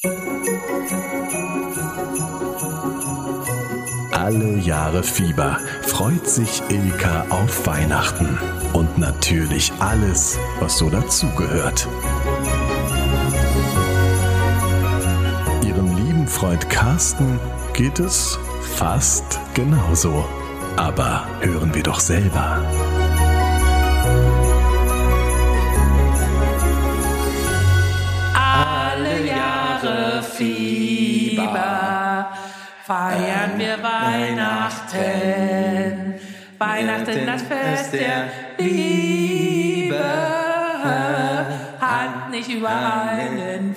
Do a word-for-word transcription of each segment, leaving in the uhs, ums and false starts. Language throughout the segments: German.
Alle Jahre Fieber freut sich Ilka auf Weihnachten und natürlich alles, was so dazugehört. Ihrem lieben Freund Carsten geht es fast genauso. Aber hören wir doch selber. Alle Jahre Fieber feiern wir Weihnachten. Weihnachten, das Fest der Liebe, hat nicht überall einen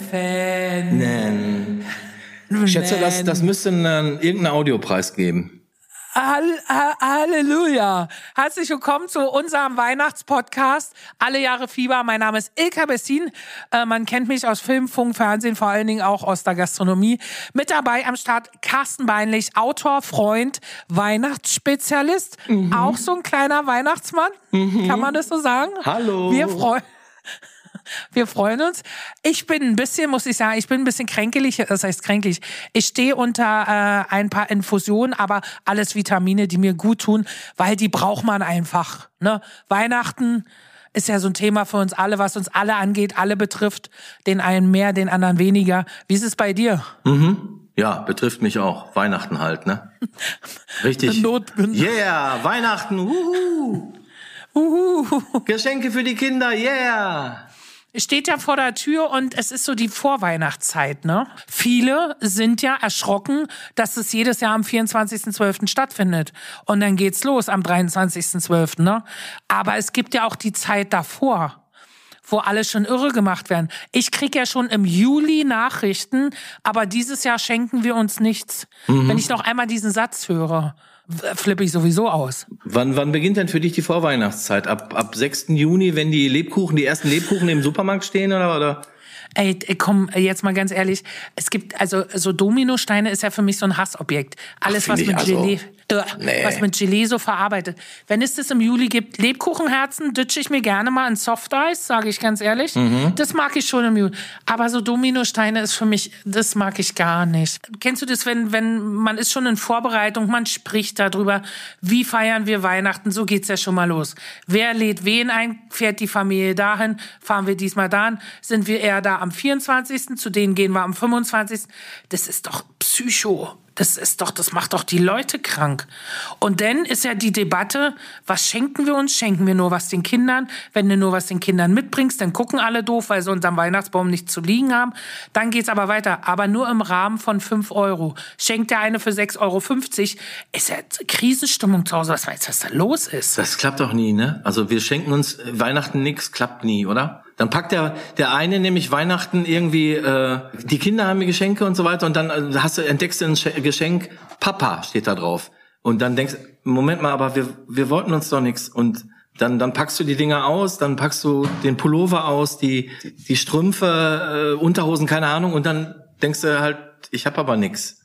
Fan. Ich schätze, das, das müsste einen, irgendeinen Audiopreis geben. Hall- ha- Halleluja! Herzlich willkommen zu unserem Weihnachtspodcast Alle Jahre Fieber. Mein Name ist Ilka Bessin. Äh, man kennt mich aus Film, Funk, Fernsehen, vor allen Dingen auch aus der Gastronomie. Mit dabei am Start Carsten Beinlich, Autor, Freund, Weihnachtsspezialist. Mhm. Auch so ein kleiner Weihnachtsmann. Mhm. Kann man das so sagen? Hallo! Wir freuen Wir freuen uns. Ich bin ein bisschen, muss ich sagen, ich bin ein bisschen kränkelig, das heißt kränklich. Ich stehe unter äh, ein paar Infusionen, aber alles Vitamine, die mir gut tun, weil die braucht man einfach. Ne? Weihnachten ist ja so ein Thema für uns alle, was uns alle angeht, alle betrifft. Den einen mehr, den anderen weniger. Wie ist es bei dir? Mhm. Ja, betrifft mich auch. Weihnachten halt, ne? Richtig. Not- Yeah, Weihnachten, uhu. Uhu. Geschenke für die Kinder, yeah. Steht ja vor der Tür und es ist so die Vorweihnachtszeit, ne? Viele sind ja erschrocken, dass es jedes Jahr am vierundzwanzigsten zwölften stattfindet. Und dann geht's los am dreiundzwanzigsten zwölften, ne? Aber es gibt ja auch die Zeit davor, wo alle schon irre gemacht werden. Ich krieg ja schon im Juli Nachrichten, aber dieses Jahr schenken wir uns nichts. Mhm. Wenn ich noch einmal diesen Satz höre, flippe ich sowieso aus. Wann, wann beginnt denn für dich die Vorweihnachtszeit? Ab, ab sechsten Juni, wenn die Lebkuchen, die ersten Lebkuchen im Supermarkt stehen, oder? oder? Ey, komm, jetzt mal ganz ehrlich. Es gibt, also, so Dominosteine ist ja für mich so ein Hassobjekt. Alles, Ach, was mit also, Gelee, äh, nee. was mit Gelee so verarbeitet. Wenn es das im Juli gibt, Lebkuchenherzen, dütsche ich mir gerne mal in Softeis, sage ich ganz ehrlich. Mhm. Das mag ich schon im Juli. Aber so Dominosteine ist für mich, das mag ich gar nicht. Kennst du das, wenn, wenn, man ist schon in Vorbereitung, man spricht darüber, wie feiern wir Weihnachten, so geht's ja schon mal los. Wer lädt wen ein, fährt die Familie dahin, fahren wir diesmal dahin, sind wir eher da am vierundzwanzigsten, zu denen gehen wir am fünfundzwanzigsten Das ist doch Psycho. Das ist doch, das macht doch die Leute krank. Und dann ist ja die Debatte, was schenken wir uns? Schenken wir nur was den Kindern? Wenn du nur was den Kindern mitbringst, dann gucken alle doof, weil sie unterm Weihnachtsbaum nichts zu liegen haben. Dann geht's aber weiter. Aber nur im Rahmen von fünf Euro. Schenkt der eine für sechs Euro fünfzig. Ist ja Krisenstimmung zu Hause. Was weißt du, was da los ist? Das klappt doch nie, ne? Also wir schenken uns Weihnachten nix, klappt nie, oder? Dann packt der der eine nämlich Weihnachten irgendwie, äh, die Kinder haben mir Geschenke und so weiter und dann äh, hast du entdeckst du ein Sch- Geschenk, Papa steht da drauf. Und dann denkst Moment mal, aber wir wir wollten uns doch nichts. Und dann dann packst du die Dinger aus, dann packst du den Pullover aus, die die Strümpfe, äh, Unterhosen, keine Ahnung, und dann denkst du halt, ich habe aber nichts.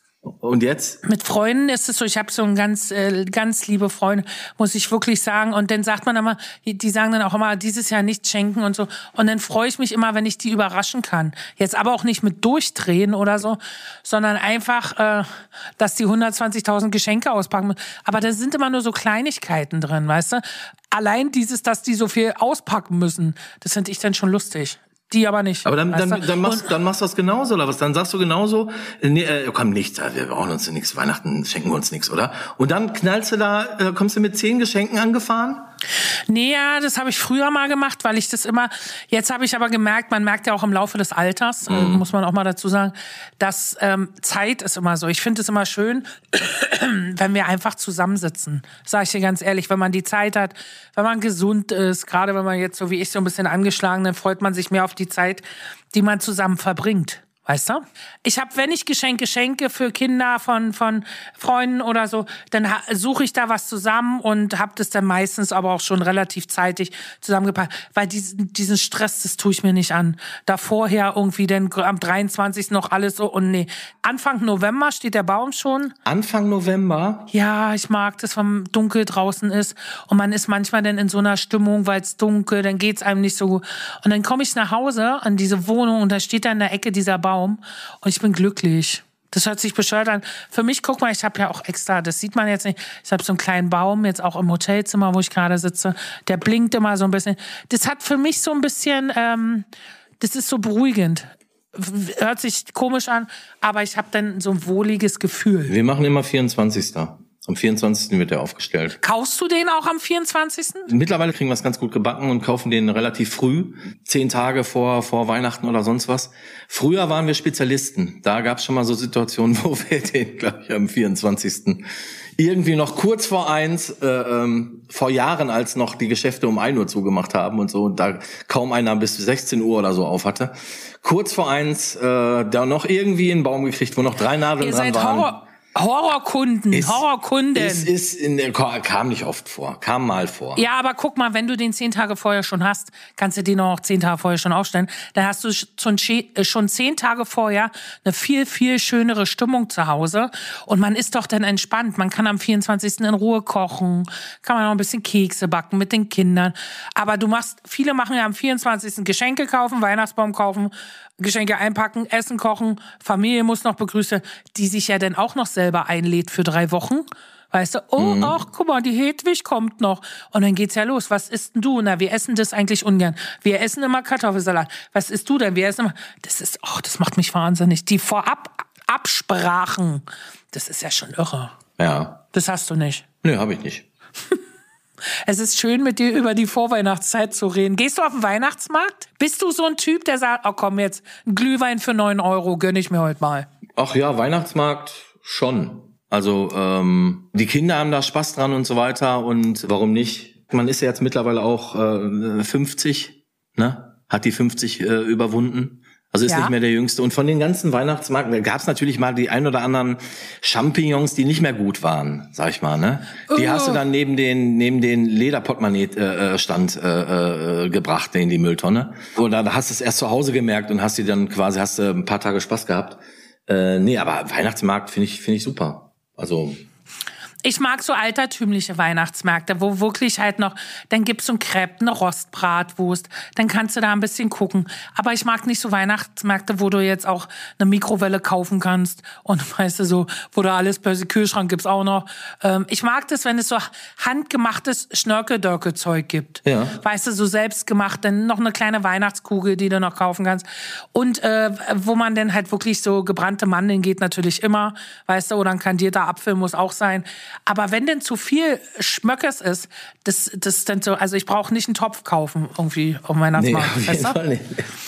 Und jetzt? Mit Freunden ist es so, ich habe so ein ganz, äh, ganz liebe Freunde, muss ich wirklich sagen. Und dann sagt man immer, die sagen dann auch immer, dieses Jahr nicht schenken und so. Und dann freue ich mich immer, wenn ich die überraschen kann. Jetzt aber auch nicht mit Durchdrehen oder so, sondern einfach, äh, dass die hundertzwanzigtausend Geschenke auspacken. Aber da sind immer nur so Kleinigkeiten drin, weißt du? Allein dieses, dass die so viel auspacken müssen, das finde ich dann schon lustig. Die aber nicht. Aber dann, weißt dann, du? dann, machst, dann machst du das genauso, oder was? Dann sagst du genauso, nee, äh, komm, nichts, wir brauchen uns nichts, Weihnachten schenken wir uns nichts, oder? Und dann knallst du da, äh, kommst du mit zehn Geschenken angefahren? Nee, ja, das habe ich früher mal gemacht, weil ich das immer, jetzt habe ich aber gemerkt, man merkt ja auch im Laufe des Alters, mhm. äh, muss man auch mal dazu sagen, dass ähm, Zeit ist immer so. Ich finde es immer schön, wenn wir einfach zusammensitzen, sage ich dir ganz ehrlich, wenn man die Zeit hat, wenn man gesund ist, gerade wenn man jetzt so wie ich so ein bisschen angeschlagen, dann freut man sich mehr auf die Zeit, die man zusammen verbringt. Weißt du? Ich habe, wenn ich Geschenke schenke für Kinder von von Freunden oder so, dann ha- suche ich da was zusammen und habe das dann meistens aber auch schon relativ zeitig zusammengepackt. Weil diesen, diesen Stress, das tue ich mir nicht an. Da vorher irgendwie dann am dreiundzwanzigsten noch alles so und nee. Anfang November steht der Baum schon. Anfang November? Ja, ich mag das, wenn dunkel draußen ist. Und man ist manchmal dann in so einer Stimmung, weil es dunkel, dann geht's einem nicht so gut. Und dann komme ich nach Hause an diese Wohnung und da steht da in der Ecke dieser Baum. Baum und ich bin glücklich. Das hört sich bescheuert an. Für mich, guck mal, ich habe ja auch extra, das sieht man jetzt nicht, ich habe so einen kleinen Baum, jetzt auch im Hotelzimmer, wo ich gerade sitze, der blinkt immer so ein bisschen. Das hat für mich so ein bisschen, ähm, das ist so beruhigend. Hört sich komisch an, aber ich habe dann so ein wohliges Gefühl. Wir machen immer vierundzwanzigsten Am vierundzwanzigsten wird der aufgestellt. Kaufst du den auch am vierundzwanzigsten? Mittlerweile kriegen wir es ganz gut gebacken und kaufen den relativ früh, zehn Tage vor vor Weihnachten oder sonst was. Früher waren wir Spezialisten. Da gab es schon mal so Situationen, wo wir den, glaube ich, am vierundzwanzigsten irgendwie noch kurz vor eins, äh, ähm, vor Jahren, als noch die Geschäfte um ein Uhr zugemacht haben und so, und da kaum einer bis sechzehn Uhr oder so auf hatte. Kurz vor eins, äh, da noch irgendwie einen Baum gekriegt, wo noch drei Nadeln Ihr dran seid waren. Horror Horrorkunden, Ist- Horrorkunden. Es ist in der, kam nicht oft vor, kam mal vor. Ja, aber guck mal, wenn du den zehn Tage vorher schon hast, kannst du den auch zehn Tage vorher schon aufstellen. Dann hast du schon, schon zehn Tage vorher eine viel, viel schönere Stimmung zu Hause. Und man ist doch dann entspannt. Man kann am vierundzwanzigsten in Ruhe kochen, kann man noch ein bisschen Kekse backen mit den Kindern. Aber du machst, viele machen ja am vierundzwanzigsten Geschenke kaufen, Weihnachtsbaum kaufen, Geschenke einpacken, Essen kochen, Familie muss noch begrüßen, die sich ja dann auch noch selber einlädt für drei Wochen. Weißt du, oh, mhm. ach, guck mal, die Hedwig kommt noch. Und dann geht's ja los. Was isst denn du? Na, wir essen das eigentlich ungern. Wir essen immer Kartoffelsalat. Was isst du denn? Wir essen immer, das ist, oh, das macht mich wahnsinnig. Die Vorab-Absprachen, das ist ja schon irre. Ja. Das hast du nicht. Nö, habe ich nicht. Es ist schön, mit dir über die Vorweihnachtszeit zu reden. Gehst du auf den Weihnachtsmarkt? Bist du so ein Typ, der sagt, oh komm, jetzt ein Glühwein für neun Euro gönn ich mir heute mal? Ach ja, Weihnachtsmarkt schon. Also ähm, die Kinder haben da Spaß dran und so weiter, und warum nicht? Man ist ja jetzt mittlerweile auch äh, fünfzig, ne? Hat die fünfzig äh, überwunden. Also ist Ja. nicht mehr der Jüngste. Und von den ganzen Weihnachtsmarken gab es natürlich mal die ein oder anderen Champignons, die nicht mehr gut waren, sag ich mal, ne? Die Oh. hast du dann neben den neben den Lederportemonnaie-Stand äh, äh, gebracht in die Mülltonne. Oder da hast du es erst zu Hause gemerkt und hast die dann quasi, hast du ein paar Tage Spaß gehabt. Äh, nee, aber Weihnachtsmarkt finde ich finde ich super. Also Ich mag so altertümliche Weihnachtsmärkte, wo wirklich halt noch, dann gibt's so ein Crepe, eine Rostbratwurst, dann kannst du da ein bisschen gucken. Aber ich mag nicht so Weihnachtsmärkte, wo du jetzt auch eine Mikrowelle kaufen kannst und weißt du so, wo du alles, Kühlschrank gibt's auch noch. Ähm, ich mag das, wenn es so handgemachtes Schnörkel-Dörkel-Zeug gibt. Ja. Weißt du, so selbstgemacht, dann noch eine kleine Weihnachtskugel, die du noch kaufen kannst. Und äh, wo man dann halt wirklich so gebrannte Mandeln geht natürlich immer, weißt du, oder ein kandierter Apfel muss auch sein. Aber wenn denn zu viel Schmöckes ist, das, das ist dann so, also ich brauche nicht einen Topf kaufen irgendwie auf dem Weihnachtsmarkt. nee, auf weißt jeden du? Fall nicht.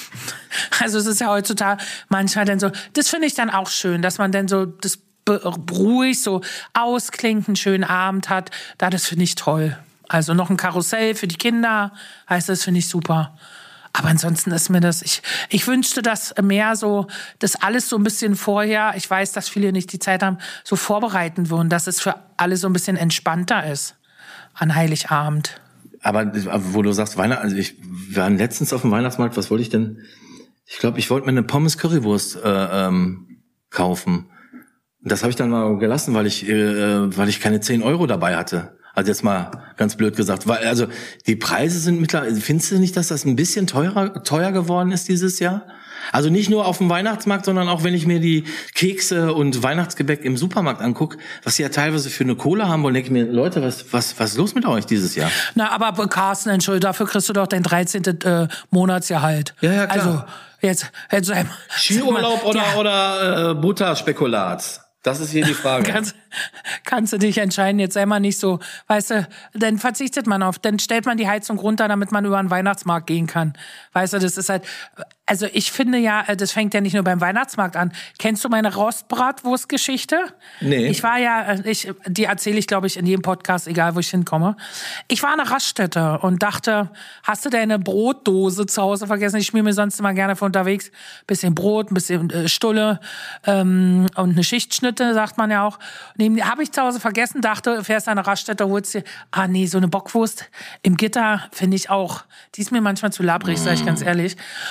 Also es ist ja heutzutage manchmal dann so, das finde ich dann auch schön, dass man dann so das ruhig so ausklingt, einen schönen Abend hat. Da, das finde ich toll. Also noch ein Karussell für die Kinder, heißt das, finde ich super. Aber ansonsten ist mir das, ich, ich wünschte, dass mehr so, das alles so ein bisschen vorher, ich weiß, dass viele nicht die Zeit haben, so vorbereiten würden, dass es für alle so ein bisschen entspannter ist an Heiligabend. Aber wo du sagst, Weihnachten, also ich war letztens auf dem Weihnachtsmarkt, was wollte ich denn? Ich glaube, ich wollte mir eine Pommes Currywurst äh, ähm, kaufen. Das habe ich dann mal gelassen, weil ich, äh, weil ich keine zehn Euro dabei hatte. Also jetzt mal ganz blöd gesagt, weil also die Preise sind mittlerweile, findest du nicht, dass das ein bisschen teurer teuer geworden ist dieses Jahr? Also nicht nur auf dem Weihnachtsmarkt, sondern auch wenn ich mir die Kekse und Weihnachtsgebäck im Supermarkt angucke, was sie ja teilweise für eine Kohle haben wollen, denke ich mir, Leute, was was was ist los mit euch dieses Jahr? Na, aber Carsten, Entschuldigung, dafür kriegst du doch dein dreizehnten Äh, Monatsgehalt. Ja, ja, klar. Also, jetzt, jetzt sag mal, Skiurlaub sag mal, oder ja, oder äh, Butterspekulat? Das ist hier die Frage. Kannst, kannst du dich entscheiden, jetzt sei mal nicht so, weißt du, dann verzichtet man auf, dann stellt man die Heizung runter, damit man über den Weihnachtsmarkt gehen kann. Weißt du, das ist halt, also ich finde ja, das fängt ja nicht nur beim Weihnachtsmarkt an. Kennst du meine Rostbratwurst-Geschichte? Nee. Ich war ja, ich, die erzähle ich, glaube ich, in jedem Podcast, egal wo ich hinkomme. Ich war an der Raststätte und dachte, hast du deine Brotdose zu Hause vergessen? Ich schmier mir sonst immer gerne für unterwegs. Bisschen Brot, ein bisschen äh, Stulle ähm, und eine Schichtschnitte, sagt man ja auch. Habe ich zu Hause vergessen, dachte, fährst an der Raststätte, holst dir, ah nee, so eine Bockwurst im Gitter finde ich auch, die ist mir manchmal zu labbrig, sag ich ganz ehrlich. Und dann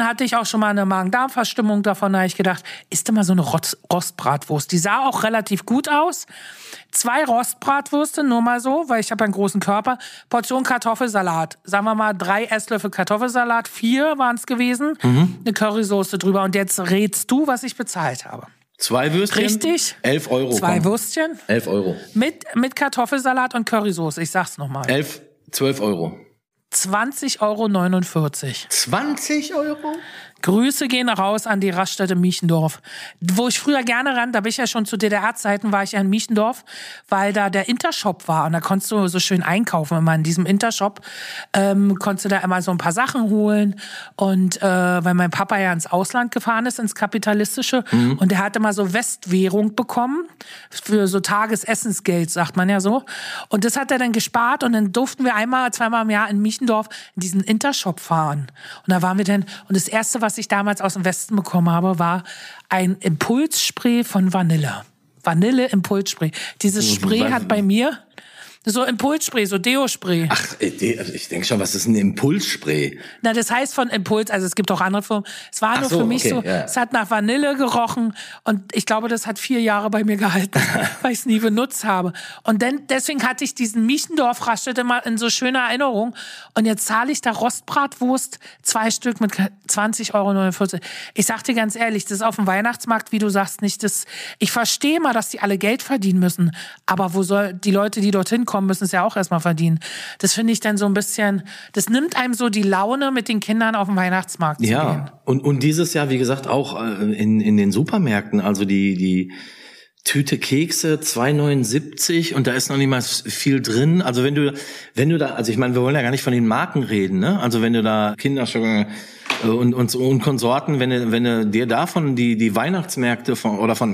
dann hatte ich auch schon mal eine Magen-Darm-Verstimmung davon. Da habe ich gedacht, isst immer so eine Rost- Rostbratwurst. Die sah auch relativ gut aus. Zwei Rostbratwürste, nur mal so, weil ich habe einen großen Körper. Portion Kartoffelsalat. Sagen wir mal drei Esslöffel Kartoffelsalat. Vier waren es gewesen. Mhm. Eine Currysoße drüber. Und jetzt rätst du, was ich bezahlt habe. Zwei Würstchen? Richtig. Elf Euro. Zwei komm. Würstchen. Elf Euro. Mit, mit Kartoffelsalat und Currysoße. Ich sag's nochmal. Elf, zwölf Euro. zwanzig Euro neunundvierzig. zwanzig Euro? Grüße gehen raus an die Raststätte Miechendorf. Wo ich früher gerne ran, da bin ich ja schon zu D D R-Zeiten, war ich ja in Miechendorf, weil da der Intershop war. Und da konntest du so schön einkaufen. Immer in diesem Intershop ähm, konntest du da immer so ein paar Sachen holen. Und äh, weil mein Papa ja ins Ausland gefahren ist, ins Kapitalistische. Mhm. Und der hat immer so Westwährung bekommen für so Tagesessensgeld, sagt man ja so. Und das hat er dann gespart. Und dann durften wir einmal, zweimal im Jahr in Miechendorf in diesen Intershop fahren. Und da waren wir dann, und das Erste, was ich damals aus dem Westen bekommen habe, war ein Impulsspray von Vanille. Vanille-Impulsspray. Dieses Spray hat bei mir so Impulsspray, so Deo-Spray. Ach, ich denke schon, was ist ein Impulsspray? Na, das heißt von Impuls, also es gibt auch andere Firmen. Es war Ach nur so, für mich okay, so, ja. Es hat nach Vanille gerochen und ich glaube, das hat vier Jahre bei mir gehalten, weil ich es nie benutzt habe. Und dann, deswegen hatte ich diesen Miechendorf-Raststätte immer in so schöner Erinnerung. Und jetzt zahle ich da Rostbratwurst, zwei Stück mit zwanzig Euro neunundvierzig. Ich sag dir ganz ehrlich, das ist auf dem Weihnachtsmarkt, wie du sagst, nicht das. Ich verstehe mal, dass die alle Geld verdienen müssen. Aber wo soll die Leute, die dorthin kommen, müssen es ja auch erstmal verdienen. Das finde ich dann so ein bisschen, das nimmt einem so die Laune, mit den Kindern auf den Weihnachtsmarkt zu ja. gehen. Und, und dieses Jahr, wie gesagt, auch in, in den Supermärkten, also die, die Tüte Kekse, zwei neunundsiebzig und da ist noch nicht mal viel drin. Also wenn du, wenn du da, also ich meine, wir wollen ja gar nicht von den Marken reden, ne? Also wenn du da Kinderschokolade und, und, und Konsorten, wenn du, wenn du dir davon die, die Weihnachtsmärkte von, oder von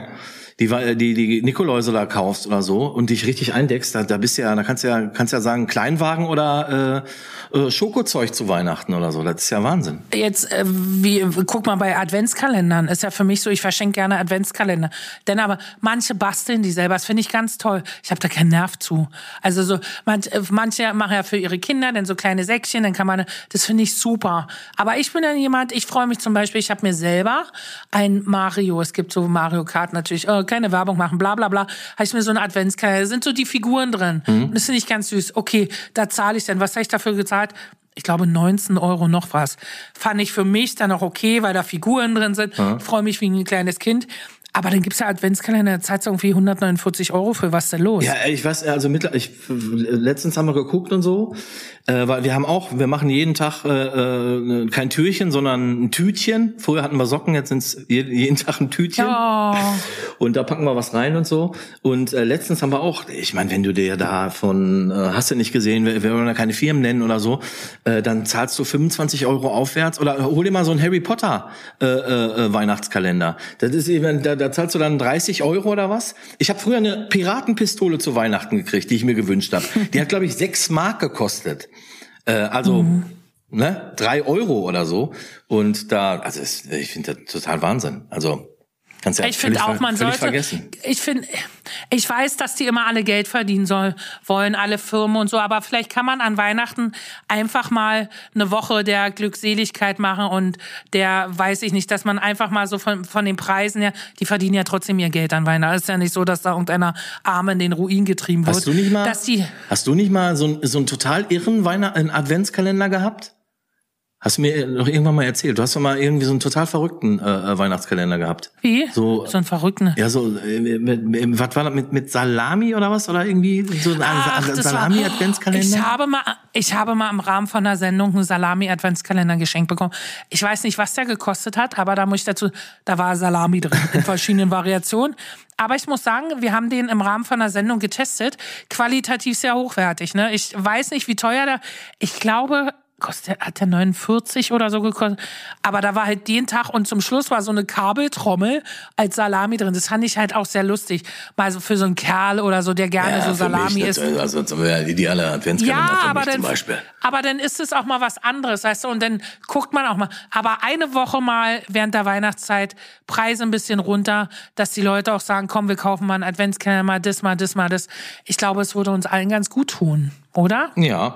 die die die Nikoläuse da kaufst oder so und dich richtig eindeckst, da, da bist du ja, da kannst du ja kannst ja sagen Kleinwagen oder äh, äh, Schokozeug zu Weihnachten oder so. Das ist ja Wahnsinn. Jetzt äh, wie guck mal bei Adventskalendern, ist ja für mich so, ich verschenke gerne Adventskalender. Denn aber manche basteln die selber, das finde ich ganz toll. Ich habe da keinen Nerv zu. Also so manch, manche machen ja für ihre Kinder dann so kleine Säckchen, dann kann man, das finde ich super. Aber ich bin dann jemand, ich freue mich zum Beispiel, ich habe mir selber ein Mario, es gibt so Mario Kart natürlich, äh, keine Werbung machen, bla bla bla, habe ich mir so eine Adventskalender, da sind so die Figuren drin. Mhm. Und das finde ich ganz süß. Okay, da zahle ich dann, was habe ich dafür gezahlt? Ich glaube neunzehn Euro noch was. Fand ich für mich dann auch okay, weil da Figuren drin sind. Mhm. Ich freue mich wie ein kleines Kind. Aber dann gibt's ja Adventskalender, da zahlst du irgendwie hundertneunundvierzig Euro für, was denn los? Ja, ich weiß, also mit, ich, letztens haben wir geguckt und so, äh, weil wir haben auch, wir machen jeden Tag äh, kein Türchen, sondern ein Tütchen. Früher hatten wir Socken, jetzt sind's jeden Tag ein Tütchen. Oh. Und da packen wir was rein und so. Und äh, letztens haben wir auch, ich meine, wenn du dir da von, äh, hast du nicht gesehen, wir, wir wollen ja keine Firmen nennen oder so, äh, dann zahlst du fünfundzwanzig Euro aufwärts oder hol dir mal so einen Harry Potter äh, äh, Weihnachtskalender. Das ist eben, da, da zahlst du dann dreißig Euro oder was? Ich habe früher eine Piratenpistole zu Weihnachten gekriegt, die ich mir gewünscht habe. Die hat, glaube ich, sechs Mark gekostet. Äh, also, mhm. ne, drei Euro oder so. Und da, also es, ich finde das total Wahnsinn. Also kannst ja ich finde auch, man sollte, vergessen. ich finde, ich weiß, dass die immer alle Geld verdienen soll, wollen, alle Firmen und so, aber vielleicht kann man an Weihnachten einfach mal eine Woche der Glückseligkeit machen und der, weiß ich nicht, dass man einfach mal so von, von den Preisen her, die verdienen ja trotzdem ihr Geld an Weihnachten. Es ist ja nicht so, dass da irgendeiner Arme in den Ruin getrieben wird. Hast du nicht mal, dass die, hast du nicht mal so, so einen total irren Weihnacht, einen Adventskalender gehabt? Hast du mir noch irgendwann mal erzählt? Du hast doch mal irgendwie so einen total verrückten äh, Weihnachtskalender gehabt. Wie? So, so einen verrückten? Ja, so, äh, mit, mit, was war das, mit, mit Salami oder was? Oder irgendwie so ein Ach, Salami-Adventskalender? Ich habe mal, ich habe mal im Rahmen von einer Sendung einen Salami-Adventskalender geschenkt bekommen. Ich weiß nicht, was der gekostet hat, aber da muss ich dazu, da war Salami drin, in verschiedenen Variationen. Aber ich muss sagen, wir haben den im Rahmen von einer Sendung getestet. Qualitativ sehr hochwertig, ne? Ich weiß nicht, wie teuer der, ich glaube, kostet, hat der neunundvierzig oder so gekostet. Aber da war halt den Tag und zum Schluss war so eine Kabeltrommel als Salami drin. Das fand ich halt auch sehr lustig. Mal so für so einen Kerl oder so, der gerne ja, so Salami isst. Also das wäre der ideale Adventskalender ja, für aber mich dann, zum Beispiel. Aber dann ist es auch mal was anderes, weißt du? Und dann guckt man auch mal. Aber eine Woche mal während der Weihnachtszeit Preise ein bisschen runter, dass die Leute auch sagen, komm, wir kaufen mal einen Adventskalender, mal das, mal das, mal das. Ich glaube, es würde uns allen ganz gut tun, oder? Ja.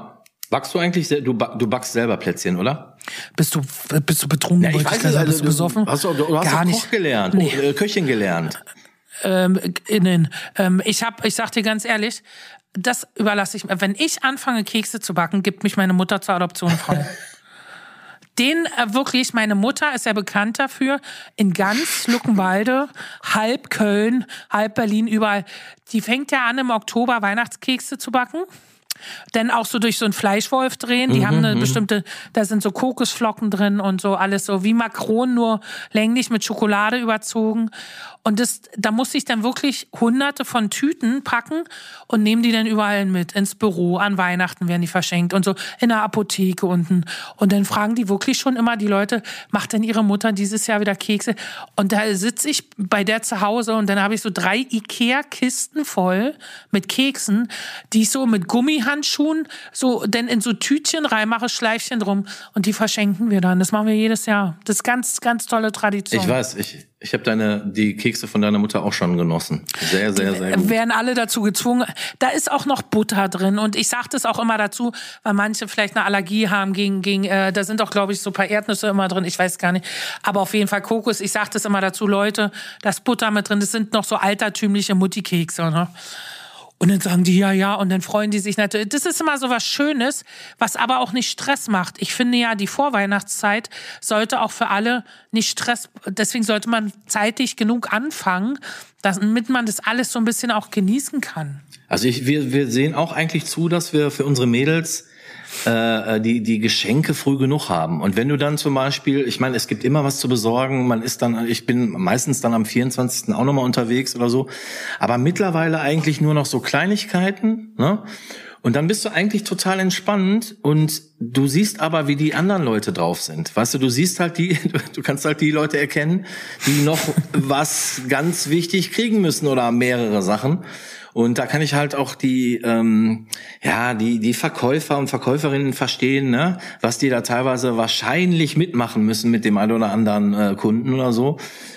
Backst du eigentlich, du, du backst selber Plätzchen, oder? Bist du, bist du betrunken? Ja, ich weiß nicht, also, bist du besoffen? Hast du, du hast Gar Koch nicht. gelernt, nee. oh, Köchin gelernt. Ähm, innen. Ähm, ich hab, ich sag dir ganz ehrlich, das überlasse ich mir. Wenn ich anfange, Kekse zu backen, gibt mich meine Mutter zur Adoption frei. Den äh, wirklich, meine Mutter ist ja bekannt dafür, in ganz Luckenwalde, halb Köln, halb Berlin, überall. Die fängt ja an, im Oktober Weihnachtskekse zu backen. Dann auch so durch so einen Fleischwolf drehen. Die mhm, haben eine mh. bestimmte, da sind so Kokosflocken drin und so alles so wie Makronen, nur länglich mit Schokolade überzogen. Und das, da muss ich dann wirklich hunderte von Tüten packen und nehmen die dann überall mit. Ins Büro, an Weihnachten werden die verschenkt und so in der Apotheke unten. Und dann fragen die wirklich schon immer die Leute, macht denn ihre Mutter dieses Jahr wieder Kekse? Und da sitze ich bei der zu Hause und dann habe ich so drei Ikea-Kisten voll mit Keksen, die ich so mit Gummihandschuhen so dann in so Tütchen reinmache, Schleifchen drum und die verschenken wir dann. Das machen wir jedes Jahr. Das ist ganz, ganz tolle Tradition. Ich weiß, ich... Ich habe deine die Kekse von deiner Mutter auch schon genossen. Sehr, sehr, sehr gut. Werden alle dazu gezwungen. Da ist auch noch Butter drin. Und ich sage das auch immer dazu, weil manche vielleicht eine Allergie haben gegen, gegen äh, da sind auch, glaube ich, so ein paar Erdnüsse immer drin. Ich weiß gar nicht. Aber auf jeden Fall Kokos. Ich sage das immer dazu, Leute, da ist Butter mit drin. Das sind noch so altertümliche Mutti-Kekse, ne? Und dann sagen die, ja, ja, und dann freuen die sich natürlich. Das ist immer so was Schönes, was aber auch nicht Stress macht. Ich finde ja, die Vorweihnachtszeit sollte auch für alle nicht Stress, deswegen sollte man zeitig genug anfangen, damit man das alles so ein bisschen auch genießen kann. Also ich, wir, wir sehen auch eigentlich zu, dass wir für unsere Mädels äh, die die Geschenke früh genug haben. Und wenn du dann zum Beispiel, ich meine, es gibt immer was zu besorgen, man ist dann, ich bin meistens dann am vierundzwanzigsten auch nochmal unterwegs oder so, aber mittlerweile eigentlich nur noch so Kleinigkeiten, ne? Und dann bist du eigentlich total entspannt und du siehst aber, wie die anderen Leute drauf sind. Weißt du, du siehst halt die, du kannst halt die Leute erkennen, die noch was ganz wichtig kriegen müssen oder mehrere Sachen. Und da kann ich halt auch die, ähm, ja, die die Verkäufer und Verkäuferinnen verstehen, ne, was die da teilweise wahrscheinlich mitmachen müssen mit dem einen oder anderen äh, Kunden oder so.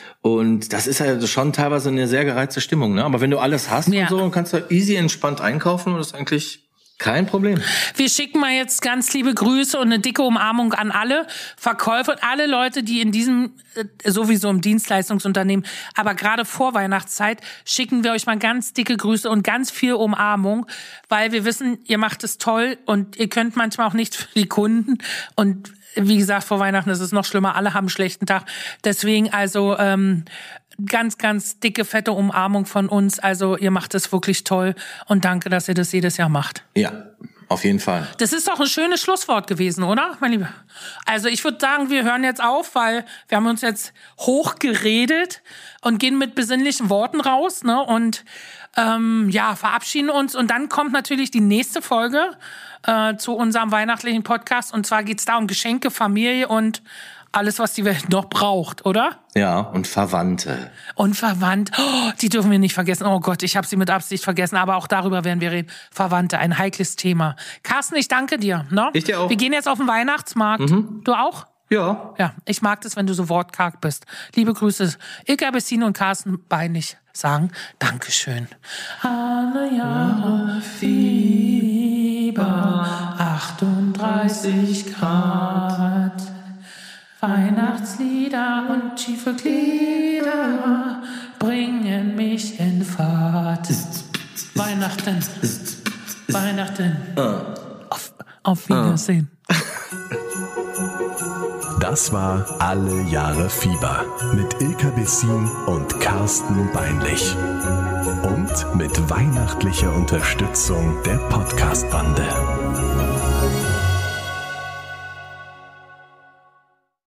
Und das ist ja schon teilweise eine sehr gereizte Stimmung, ne? Aber wenn du alles hast ja. und so, dann kannst du easy entspannt einkaufen und das ist eigentlich kein Problem. Wir schicken mal jetzt ganz liebe Grüße und eine dicke Umarmung an alle Verkäufer und alle Leute, die in diesem, sowieso im Dienstleistungsunternehmen, aber gerade vor Weihnachtszeit, schicken wir euch mal ganz dicke Grüße und ganz viel Umarmung, weil wir wissen, ihr macht es toll und ihr könnt manchmal auch nicht für die Kunden und wie gesagt, vor Weihnachten ist es noch schlimmer, alle haben einen schlechten Tag. Deswegen also ähm, ganz, ganz dicke, fette Umarmung von uns. Also ihr macht es wirklich toll und danke, dass ihr das jedes Jahr macht. Ja, auf jeden Fall. Das ist doch ein schönes Schlusswort gewesen, oder, mein Lieber? Also ich würde sagen, wir hören jetzt auf, weil wir haben uns jetzt hochgeredet und gehen mit besinnlichen Worten raus, ne? Und ähm, ja, verabschieden uns. Und dann kommt natürlich die nächste Folge äh, zu unserem weihnachtlichen Podcast. Und zwar geht's da um Geschenke, Familie und alles, was die Welt noch braucht, oder? Ja, und Verwandte. Und Verwandte, oh, die dürfen wir nicht vergessen. Oh Gott, ich habe sie mit Absicht vergessen, aber auch darüber werden wir reden. Verwandte, ein heikles Thema. Carsten, ich danke dir. Ne? Ich dir auch. Wir gehen jetzt auf den Weihnachtsmarkt. Mhm. Du auch? Ja. Ja, ich mag das, wenn du so wortkarg bist. Liebe Grüße, Ilka Bessine und Carsten Beinlich sagen Dankeschön. Alle Jahre Fieber, achtunddreißig Grad. Weihnachtslieder und schiefe Glieder bringen mich in Fahrt. Weihnachten, Weihnachten, auf, auf Wiedersehen. Das war Alle Jahre Fieber mit Ilka Bessin und Carsten Beinlich. Und mit weihnachtlicher Unterstützung der Podcast-Bande.